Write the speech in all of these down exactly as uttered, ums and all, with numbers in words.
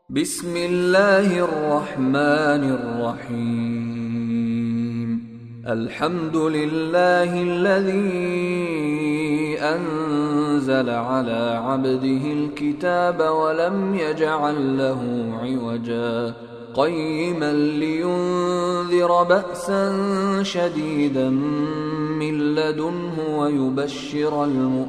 بسم الله الرحمن الرحيم. الحمد لله الذي أنزل على عبده الكتاب ولم يجعل له عوجا قيما لينذر بأسا شديدا من لدنه ويبشر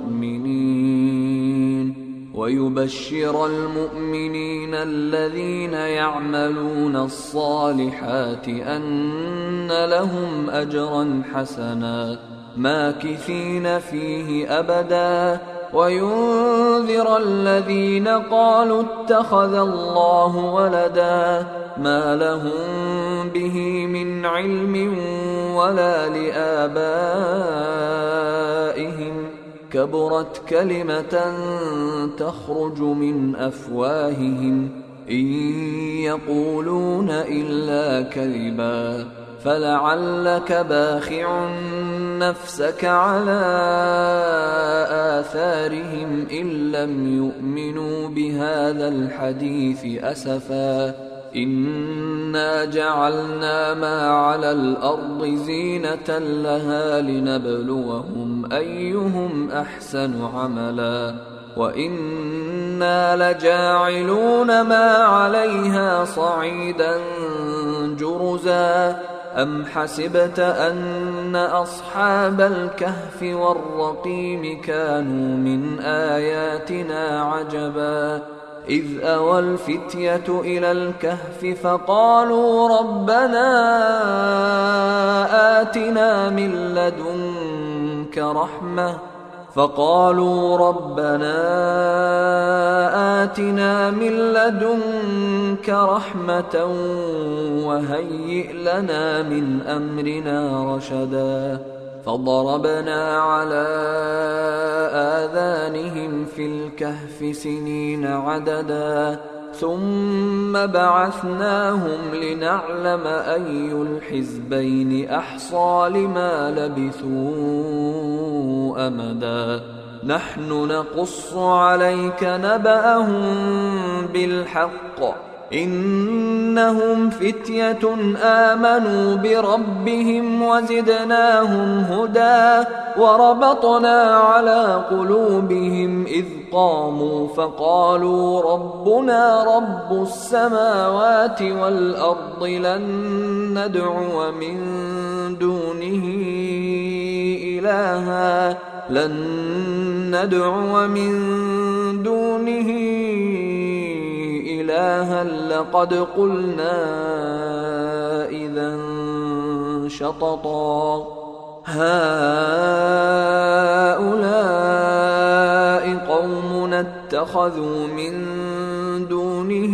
المؤمنين ويبشر المؤمنين الذين يعملون الصالحات أن لهم أجرا حسنا ماكثين فيه أبدا وينذر الذين قالوا اتخذ الله ولدا ما لهم به من علم ولا لآبائهم كبرت كلمة تخرج من أفواههم إن يقولون إلا كذبا فلعلك باخع نفسك على آثارهم إن لم يؤمنوا بهذا الحديث أسفا إنا جعلنا ما على الأرض زينة لها لنبلوهم أيهم أحسن عملا وإنا لجاعلون ما عليها صعيدا جرزا أم حسبت أن أصحاب الكهف والرقيم كانوا من آياتنا عجبا إذ أوى الفتية إلى الكهف فقالوا ربنا آتنا من لدنك رحمة فقالوا ربنا آتنا من لدنك رحمة وهيئ لنا من أمرنا رشدا فضربنا على آذانهم في الكهف سنين عددا ثم بعثناهم لنعلم أي الحزبين أحصى لما لبثوا أمدا نحن نقص عليك نبأهم بالحق إنهم فتية آمنوا بربهم وزدناهم هدى وربطنا على قلوبهم إذ قاموا فقالوا ربنا رب السماوات والأرض لن ندعو من دونه إلها لن ندعو من دونه إلها لقد قلنا إذا شططا هؤلاء قومنا اتخذوا من دونه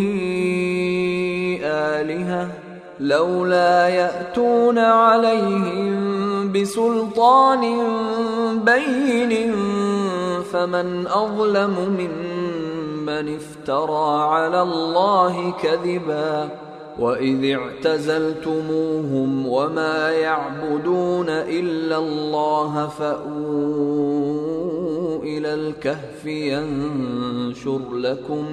آلهة لولا يأتون عليهم بسلطان بين فمن أظلم ممن من افترى على الله كذبا وإذ اعتزلتموهم وما يعبدون إلا الله فأووا إلى الكهف ينشر لكم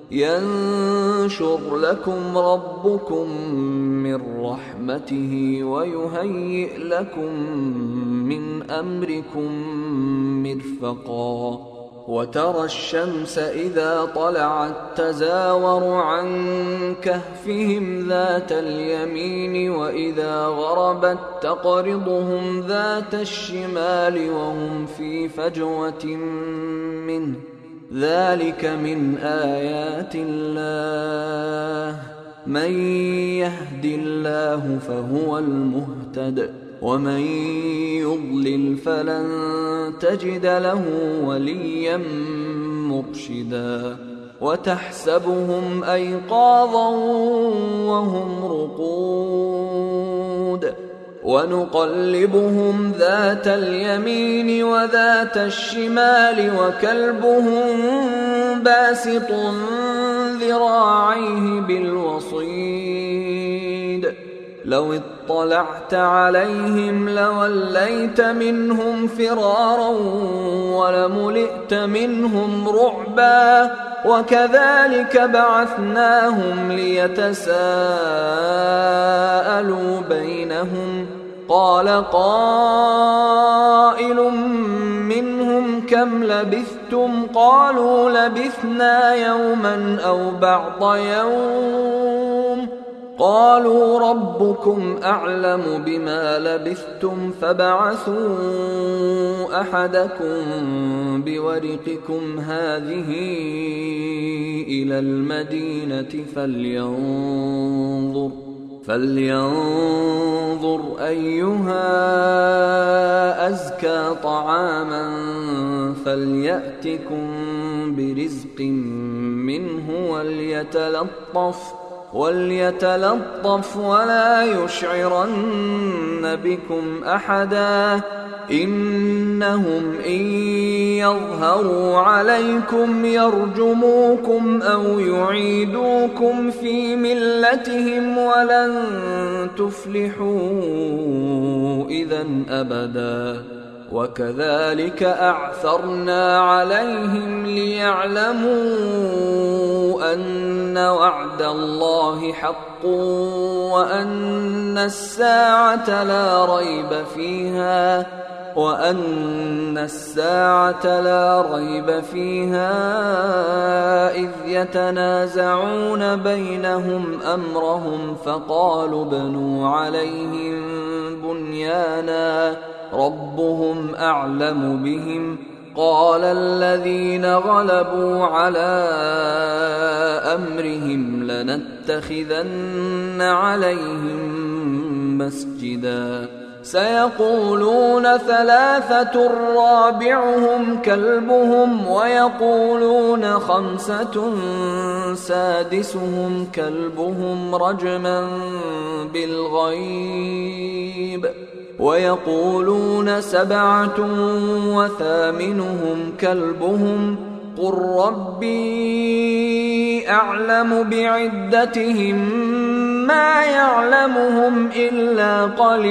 ينشر لكم ربكم من رحمته ويهيئ لكم من أمركم مرفقا وترى الشمس إذا طلعت تزاور عن كهفهم ذات اليمين وإذا غربت تقرضهم ذات الشمال وهم في فجوة منه ذلك من آيات الله من يهد الله فهو المهتد ومن يضلل فلن تجد له وليا مرشدا وتحسبهم أيقاظا وهم رقود ونقلبهم ذات اليمين وذات الشمال وكلبهم باسط ذراعيه بالوصيد لو اطلعت عليهم لوليت منهم فرارا ولملئت منهم رعبا وكذلك بعثناهم ليتساءلوا بينهم قال قائل منهم كم لبثتم قالوا لبثنا يوما أو بعض يوم قالوا ربكم أعلم بما لبثتم فابعثوا أحدكم بورقكم هذه إلى المدينة فلينظر فلينظر أيها أزكى طعاما فليأتكم برزق منه وليتلطف وليتلطف ولا يشعرن بكم أحدا إنهم إن يظهروا عليكم يرجموكم أو يعيدوكم في ملتهم ولن تفلحوا إذا أبدا وكذلك أعثرنا عليهم ليعلموا أن وعد الله حق وأن الساعة لا ريب فيها وأن الساعة لا ريب فيها إذ يتنازعون بينهم أمرهم فقالوا ابنوا عليهم بنيانا ربهم أعلم بهم قال الذين غلبوا على أمرهم لنتخذن عليهم مسجدا سيقولون ثلاثة رابعهم كلبهم ويقولون خمسة سادسهم كلبهم رجما بالغيب ويقولون سبعة وثامنهم كلبهم قل ربي أعلم بعدتهم ما يعلمهم إلا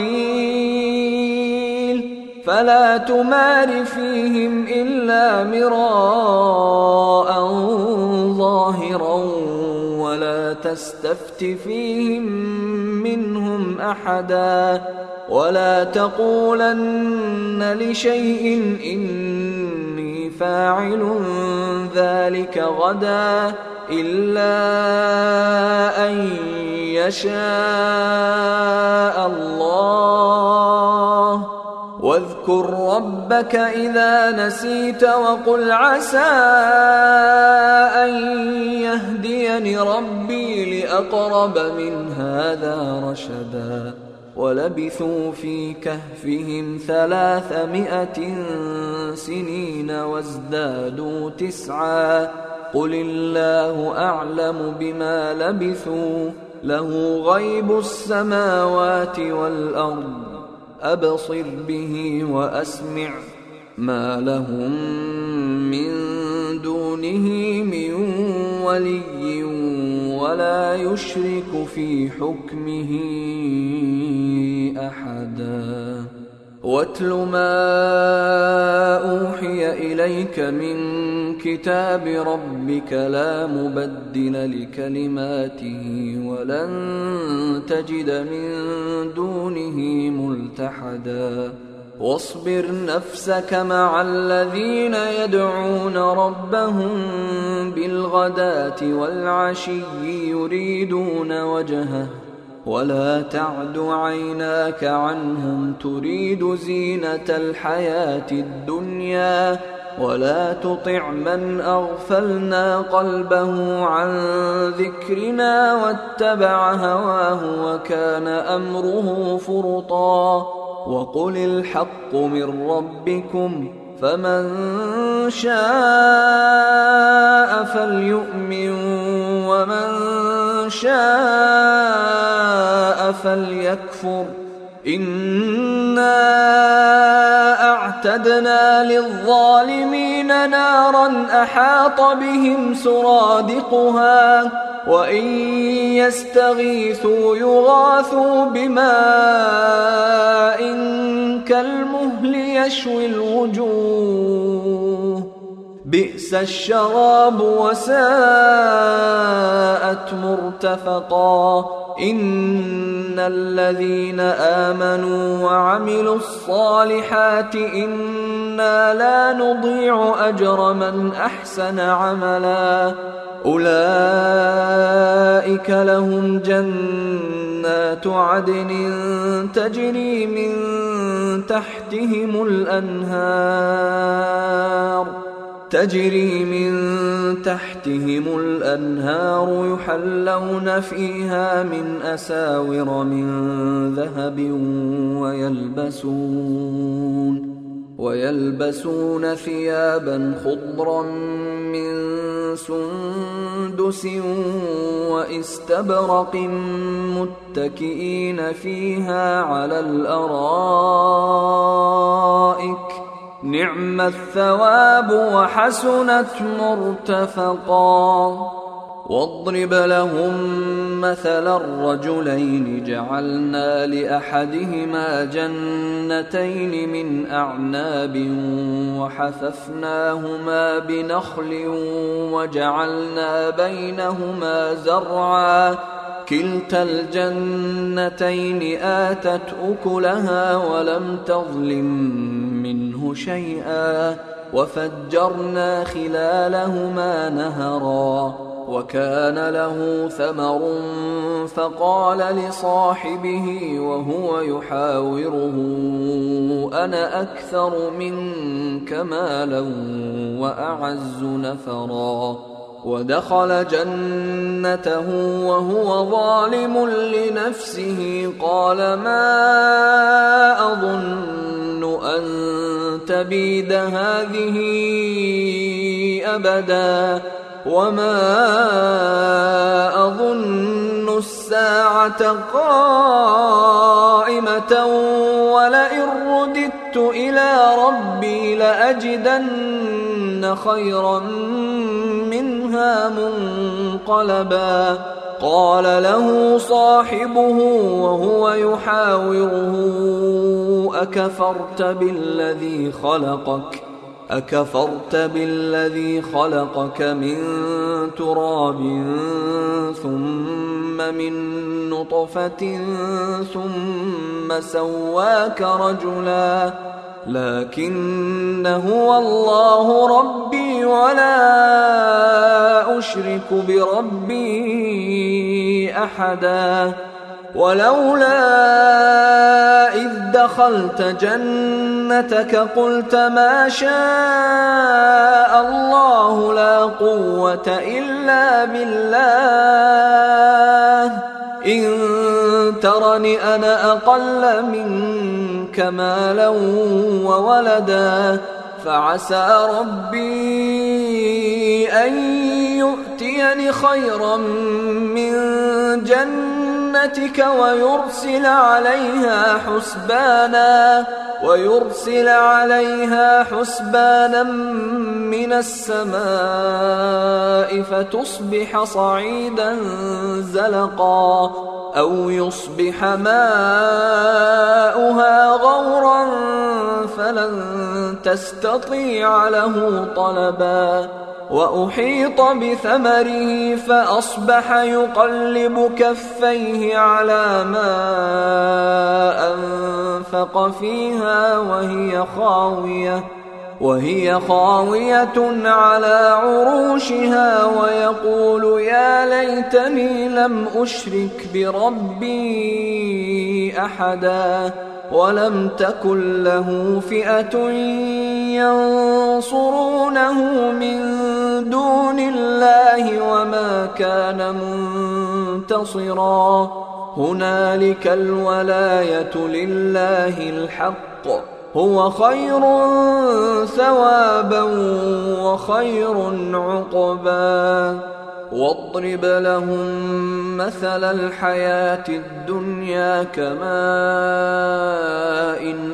قليل فلا تمار فيهم إلا مراء ظاهرا ولا تستفت فيهم منهم أحدا ولا تقولن لشيء إني فاعل ذلك غدا إلا أن يشاء الله واذكر ربك إذا نسيت وقل عسى أن يهديني ربي لأقرب من هذا رشدا ولبثوا في كهفهم ثلاثمائة سنين وازدادوا تسعا قل الله أعلم بما لبثوا له غيب السماوات والأرض أبصر به وأسمع ما لهم من دونه من ولي ولا يشرك في حكمه أحدا واتل ما أوحي إليك من كتاب ربك لا مبدل لكلماته ولن تجد من دونه ملتحدا واصبر نفسك مع الذين يدعون ربهم بالغداة والعشي يريدون وجهه ولا تعد عيناك عنهم تريد زينة الحياة الدنيا ولا تطع من أغفلنا قلبه عن ذكرنا واتبع هواه وكان أمره فرطا وقل الحق من ربكم فمن شاء فليؤمن ومن شاء فليكفر إنا أعتدنا للظالمين نارا أحاط بهم سرادقها وإن يستغيثوا يغاثوا بماء كالمهل يشوي الوجوه بئس الشراب وساءت مرتفقا إن الذين آمنوا وعملوا الصالحات إنا لا نضيع أجر من أحسن عملا أولئك لهم جنات عدن تجري من تحتهم الأنهار تجري من تحتهم الأنهار يحلون فيها من أساور من ذهب ويلبسون ويلبسون ثيابا خضرا من سندس واستبرق متكئين فيها على الأرائك نعم الثواب وحسنت مرتفقا واضرب لهم مثل الرجلين جعلنا لأحدهما جنتين من أعناب وحففناهما بنخل وجعلنا بينهما زرعا كلتا الجنتين آتت أكلها ولم تظلم منه شيئا وفجرنا خلالهما نهرا وكان له ثمر فقال لصاحبه وهو يحاوره أنا أكثر منك مالا وأعز نفرا ودخل جنته وهو ظالم لنفسه قال ما أظن أن تبيد هذه أبدا وما أظن الساعة قائمة ولئن رددت إلى ربي لأجدن خيرا منها منقلبا قال له صاحبه وهو يحاوره أكفرت بالذي خلقك أكفرت بالذي خلقك من تراب ثم من نطفة ثم سواك رجلا لكن هو الله ربي ولا أشرك بربي أحدا ولولا إذ دخلت جنتك قلت ما شاء الله لا قوة إلا بالله إن ترني أنا أقل منك مالا وولدا فعسى ربي أن يؤتيني خيرا من جنتك ويرسل عليها حسبانا ويرسل عليها حسبانا من السماء فتصبح صعيدا زلقا أو يصبح ماؤها غورا فلن تستطيع له طلبا وأحيط بثمره فأصبح يقلب كفيه على ما أنفق فيها وهي خاوية وهي خاوية على عروشها ويقول يا ليتني لم أشرك بربي أحدا ولم تكن له فئة ينصرونه من دون الله وما كان منتصرا هنالك الولاية لله الحق هو خير ثوابا وخير عقبا واضرب لهم مثل الحياة الدنيا كماء إن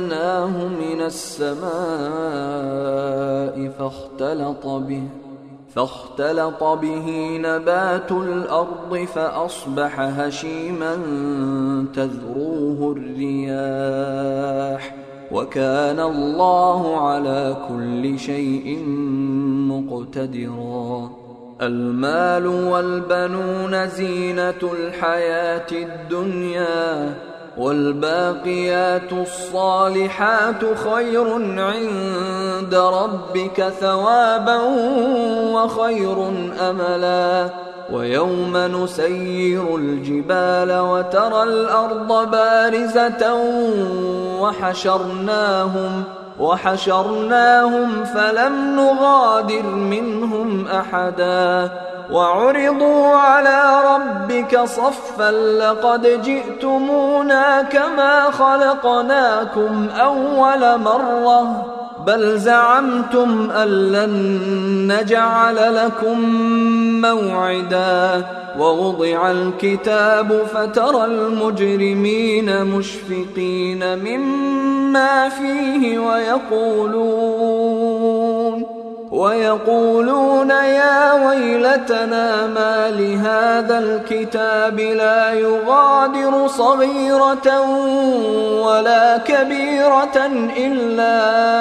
أنزلناه من السماء فاختلط به فاختلط به نبات الأرض فأصبح هشيما تذروه الرياح وكان الله على كل شيء مقتدرا. المال والبنون زينة الحياة الدنيا والباقيات الصالحات خير عند ربك ثوابا وخير أملا. ويوم نسير الجبال وترى الأرض بارزة وحشرناهم وحشرناهم فلم نغادر منهم أحدا وعرضوا على ربك صفا لقد جئتمونا كما خلقناكم أول مرة بل زعمتم أن لن نجعل لكم موعدا. ووضع الكتاب فترى المجرمين مشفقين مما فيه ويقولون ويقولون يا ويلتنا ما لهذا الكتاب لا يغادر صغيرة ولا كبيرة إلا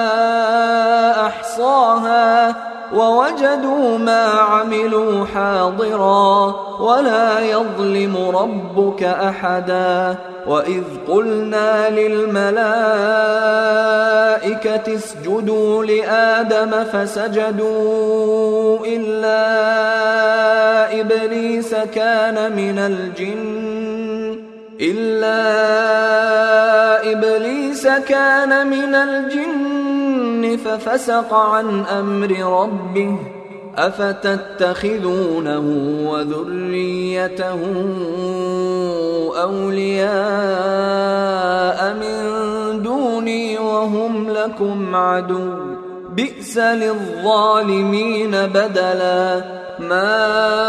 أحصاها ووجدوا ما عملوا حاضرا ولا يظلم ربك أحدا. وإذ قلنا للملائكة اسجدوا لآدم فسجدوا إلا إبليس كان من الجن إلا إبليس كان من الجن ففسق عن أمر ربه أفتتخذونه وذريته أولياء من دوني وهم لكم عدو بئس للظالمين بدلا. ما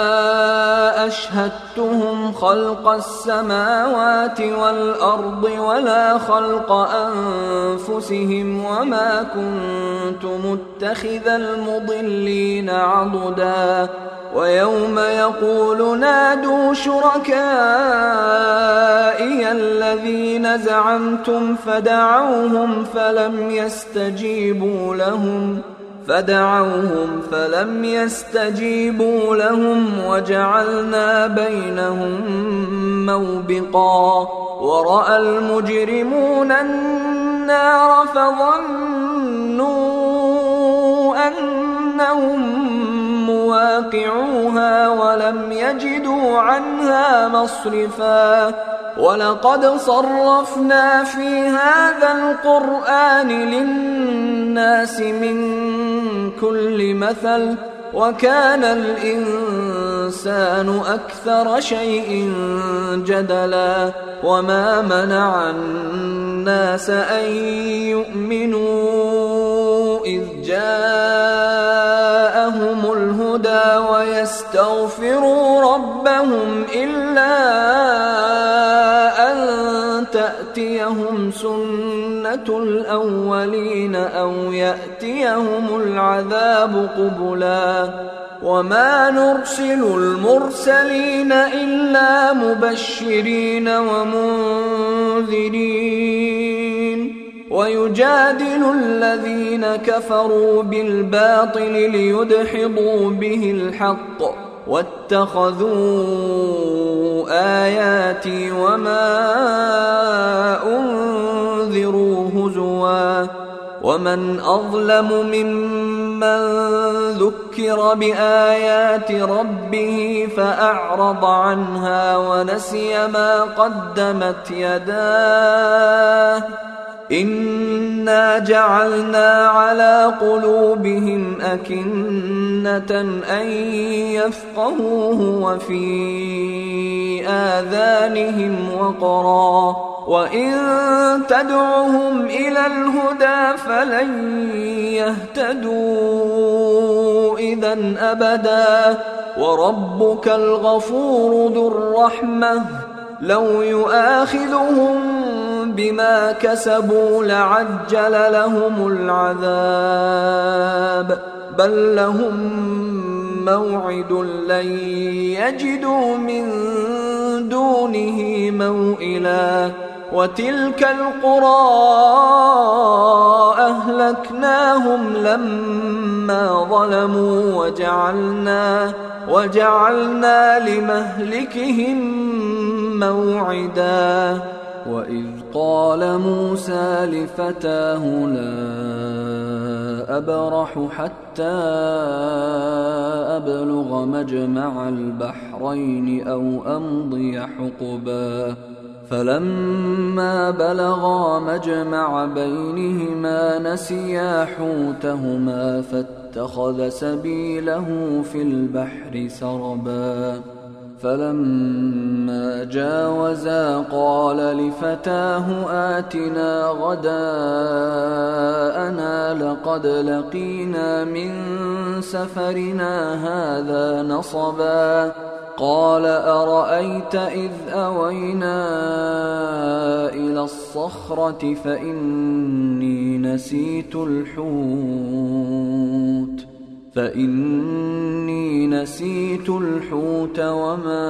أشهدتهم خلق السماوات والأرض ولا خلق أنفسهم وما كنت متخذ المضلين عضدا. ويوم يقول نادوا شركائي الذين زعمتم فدعوهم فلم يستجيبوا لهم فدعوهم فلم يستجيبوا لهم وجعلنا بينهم موبقا. ورأى المجرمون النار فظنوا أنهم مواقعوها ولم يجدوا عنها مصرفا. ولقد صرفنا في هذا القرآن للناس من كل مثل وكان الإنسان أكثر شيء جدلا. وما منع الناس أن يؤمنوا إذ جاءهم الهدى ويستغفروا ربهم إلا أن تأتيهم سنة الأولين أو يأتيهم العذاب قبلا. وما نرسل المرسلين إلا مبشرين ومنذرين ويجادل الذين كفروا بالباطل ليدحضوا به الحق واتخذوا آياتي وما أنذروا هزوا. ومن أظلم ممن ذكر بآيات ربه فأعرض عنها ونسي ما قدمت يداه إنا جعلنا على قلوبهم أكنة أن يفقهوه وفي آذانهم وقرا وإن تدعهم إلى الهدى فلن يهتدوا إذا أبدا. وربك الغفور ذو الرحمة لو يؤاخذهم بما كسبوا لعجل لهم العذاب بل لهم موعد لن يجدوا من دونه موئلا وتلك القرى أهلكناهم لما ظلموا وجعلنا, وجعلنا لمهلكهم موعدا وإذ قال موسى لفتاه لا أبرح حتى أبلغ مجمع البحرين أو أمضي حقبا فلما بلغا مجمع بينهما نسيا حوتهما فاتخذ سبيله في البحر سربا فلما جاوزا قال لفتاه آتنا غداءنا لقد لقينا من سفرنا هذا نصبا قال أرأيت إذ أوينا إلى الصخرة فإني نسيت الحوت فإني نسيت الحوت وما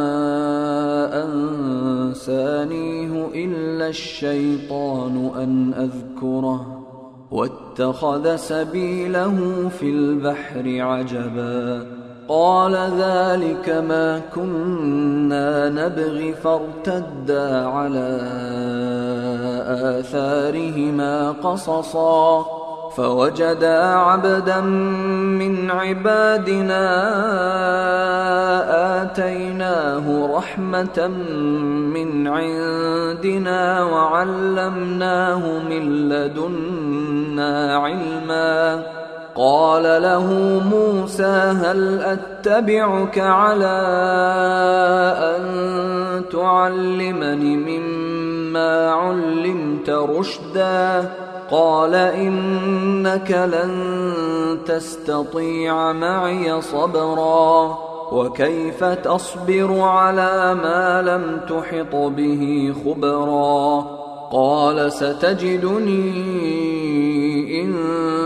أنسانيه إلا الشيطان أن أذكره واتخذ سبيله في البحر عجبا قال ذلك ما كنا نبغي فارتدا على آثارهما قصصا فوجدا عبدا من عبادنا آتيناه رحمة من عندنا وعلمناه من لدنا علما قال له موسى هل أتبعك على أن تعلمني مما علمت رشدا قال إنك لن تستطيع معي صبرا وكيف تصبر على ما لم تحط به خبرا قال ستجدني إن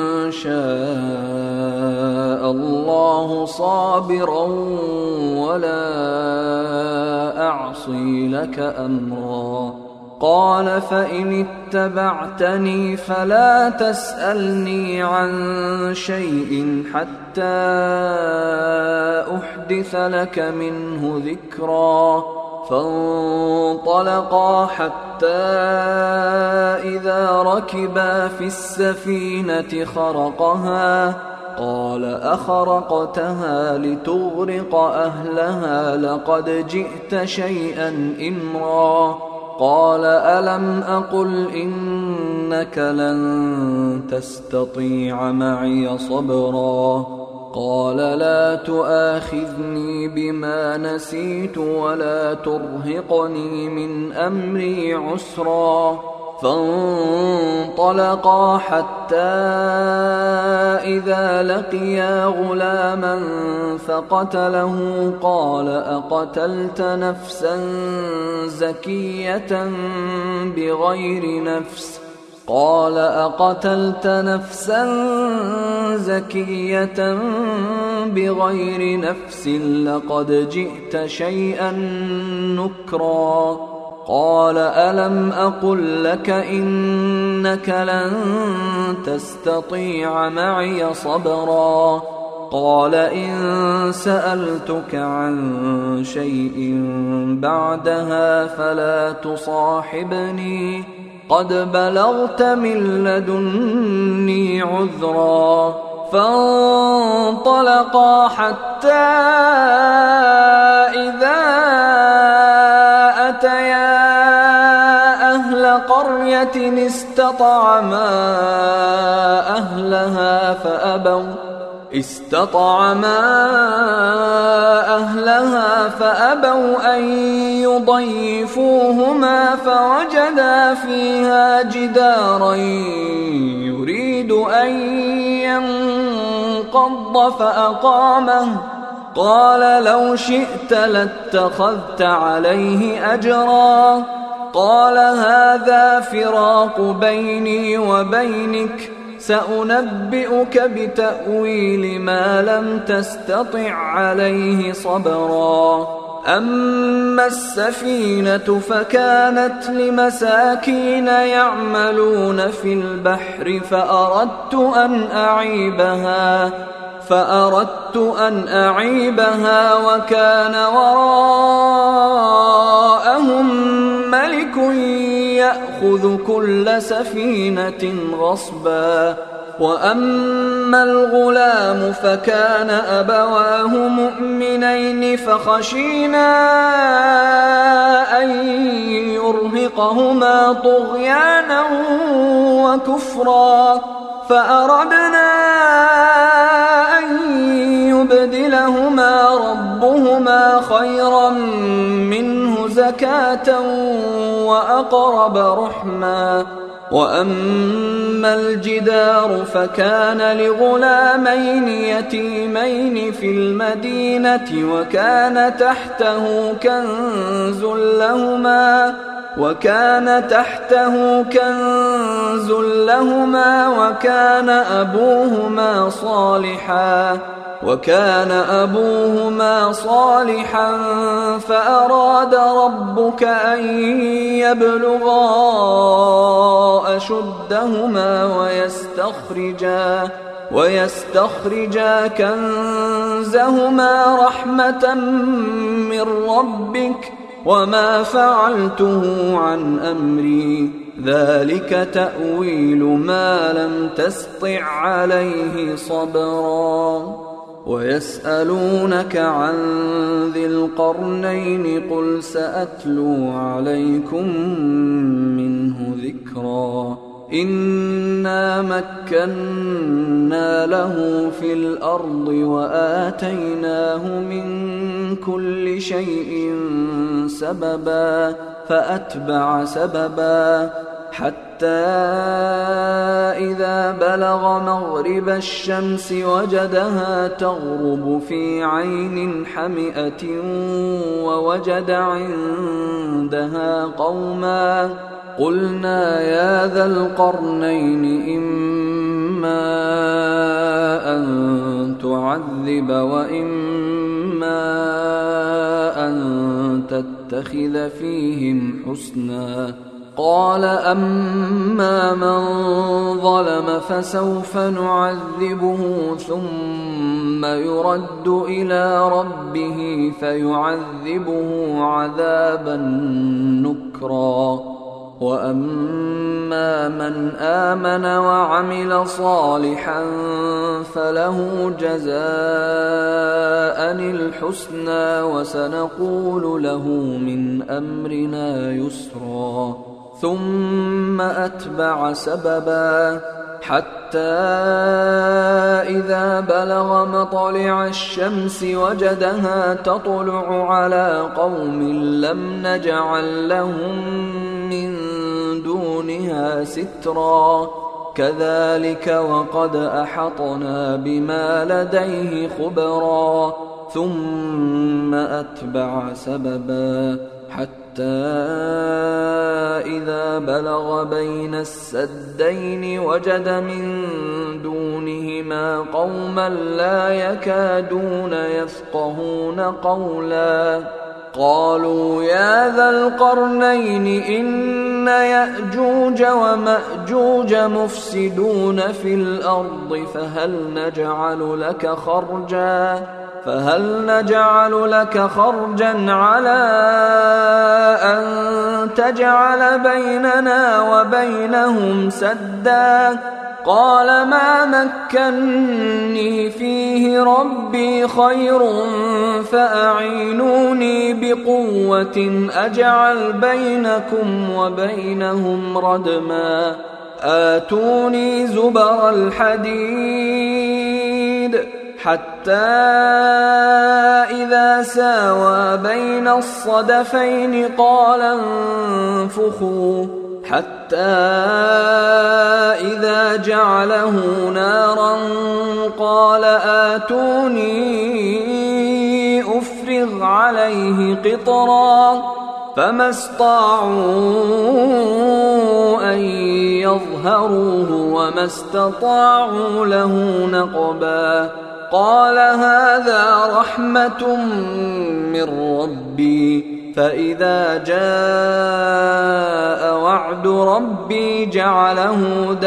شاء الله صابرا ولا أعصي لك أمرا قال فإن اتبعتني فلا تسألني عن شيء حتى أحدث لك منه ذكرا فانطلقا حتى إذا ركبا في السفينة خرقها قال أخرقتها لتغرق أهلها لقد جئت شيئا إمرا قال ألم أقل إنك لن تستطيع معي صبرا قال لا تؤاخذني بما نسيت ولا ترهقني من أمري عسرا فانطلقا حتى إذا لقيا غلاما فقتله قال أقتلت نفسا زكية بغير نفس قال أقتلت نفسا زكية بغير نفس لقد جئت شيئا نكرا قال ألم أقل لك إنك لن تستطيع معي صبرا قال إن سألتك عن شيء بعدها فلا تصاحبني قد بلغت من لدني عذرا فانطلقا حتى إذا أتيا أهل قرية استطعما أهلها فأبوا استطعما أهلها فأبوا أن يضيفوهما فوجدا فيها جدارا يريد أن ينقض فأقامه قال لو شئت لاتخذت عليه أجرا قال هذا فراق بيني وبينك سأنبئك بتأويل ما لم تستطع عليه صبرا أما السفينة فكانت لمساكين يعملون في البحر فأردت أن أعيبها فأردت أن أعيبها وكان وراءهم ملك يأخذ كل سفينة غصبا وأما الغلام فكان أبواه مؤمنين فخشينا أن يرهقهما طغيانا وكفرا فأردنا أن يبدلهما ربهما خيرا منه زكاة وأقرب رحما وأما الجدار فكان لغلامين يتيمين في المدينة وكان تحته كنز لهما وكان تحته كنز لهما وكان أبوهما صالحا وكان أبوهما صالحا فأراد ربك أن يبلغا أشدهما ويستخرجا ويستخرجا كنزهما رحمة من ربك وما فعلته عن أمري ذلك تأويل ما لم تسطع عليه صبرا ويسألونك عن ذي القرنين قل سأتلو عليكم منه ذكرا إنا مكنا له في الأرض وآتيناه من كل شيء سببا فأتبع سببا حتى إذا بلغ مغرب الشمس وجدها تغرب في عين حمئة ووجد عندها قوما قلنا يا ذا القرنين إما أن تعذب وإما أن تتخذ فيهم حسنا قال أما من ظلم فسوف نعذبه ثم يرد إلى ربه فيعذبه عذابا نكرا وأما من آمن وعمل صالحا فله جزاء الحسنى وسنقول له من أمرنا يسرا ثم أتبع سببا حتى إذا بلغ مطلع الشمس وجدها تطلع على قوم لم نجعل لهم من دونها سترا كذلك وقد أحطنا بما لديه خبرا ثم أتبع سببا حتى إذا بلغ بين السدين وجد من دونهما قوما لا يكادون يفقهون قولا قالوا يا ذا القرنين إن يأجوج ومأجوج مفسدون في الأرض فهل نجعل لك خرجا فهل نجعل لك خرجا على أن تجعل بيننا وبينهم سدا قال ما مكني فيه ربي خير فأعينوني بقوة أجعل بينكم وبينهم ردما آتوني زبر الحديد حتى إذا ساوى بين الصدفين قال انفخوا حتى إذا جعله نارا قال آتوني أفرغ عليه قطرا فما استطاعوا أن يظهروه وما استطاعوا له نقبا قال هذا رحمة من ربي فإذا جاء وعد ربي جعله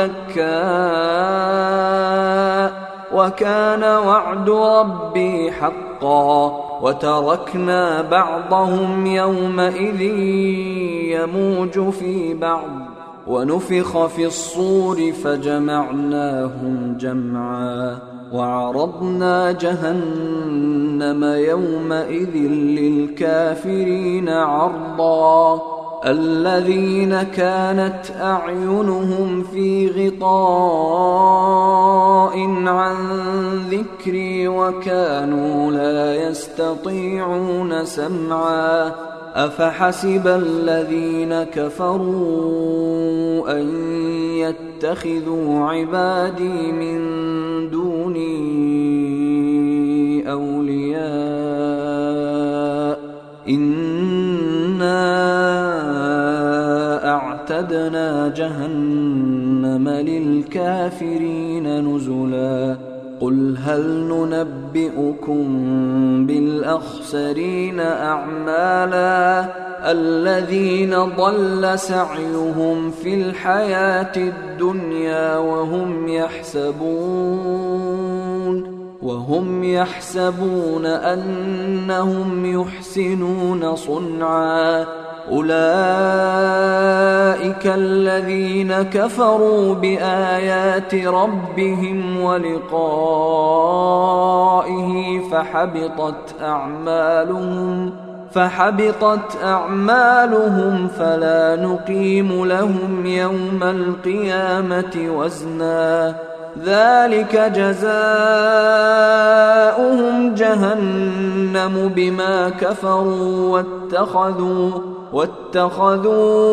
دكا وكان وعد ربي حقا وتركنا بعضهم يومئذ يموج في بعض ونفخ في الصور فجمعناهم جمعا وعرضنا جهنم يومئذ للكافرين عرضا الذين كانت أعينهم في غطاء عن ذكري وكانوا لا يستطيعون سمعا أفحسب الذين كفروا أن يتخذوا عبادي من دوني أولياء إنا أعتدنا جهنم للكافرين نزلا قل هل ننبئكم بالأخسرين أعمالا الذين ضل سعيهم في الحياة الدنيا وهم يحسبون وهم يحسبون أنهم يحسنون صنعا أولئك الذين كفروا بآيات ربهم ولقائه فحبطت أعمالهم فحبطت أعمالهم فلا نقيم لهم يوم القيامة وزنا ذلك جزاؤهم جهنم بما كفروا واتخذوا واتخذوا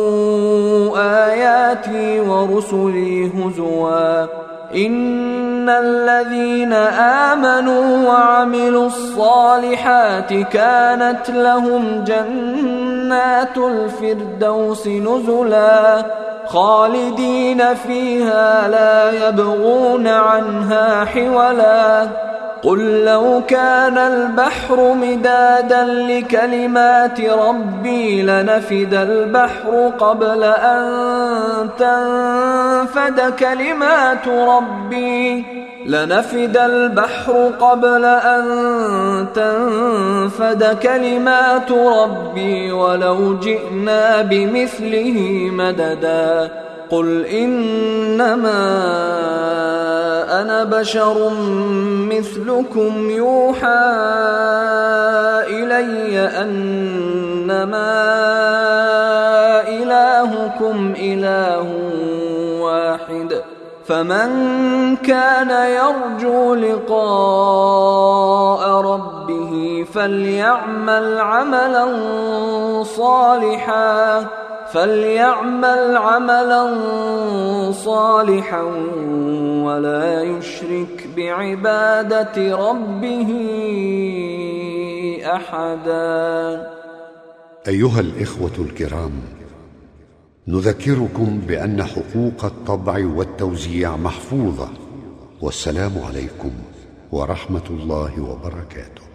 آياتي ورسلي هزوا إن الذين آمنوا وعملوا الصالحات كانت لهم جنات الفردوس نزلا خالدين فيها لا يبغون عنها حولا قل لو كان البحر مدادا لكلمات ربي لنفد البحر قبل أن تنفد كلمات ربي لنفد البحر قبل أن تنفد كلمات ربي ولو جئنا بمثله مددا قل إنما أنا بشر مثلكم يوحى إلي أنما إلهكم إله واحد فمن كان يرجو لقاء ربه فليعمل عملا صالحا فليعمل عملا صالحا ولا يشرك بعبادة ربه أحدا. أيها الإخوة الكرام، نذكركم بأن حقوق الطبع والتوزيع محفوظة، والسلام عليكم ورحمة الله وبركاته.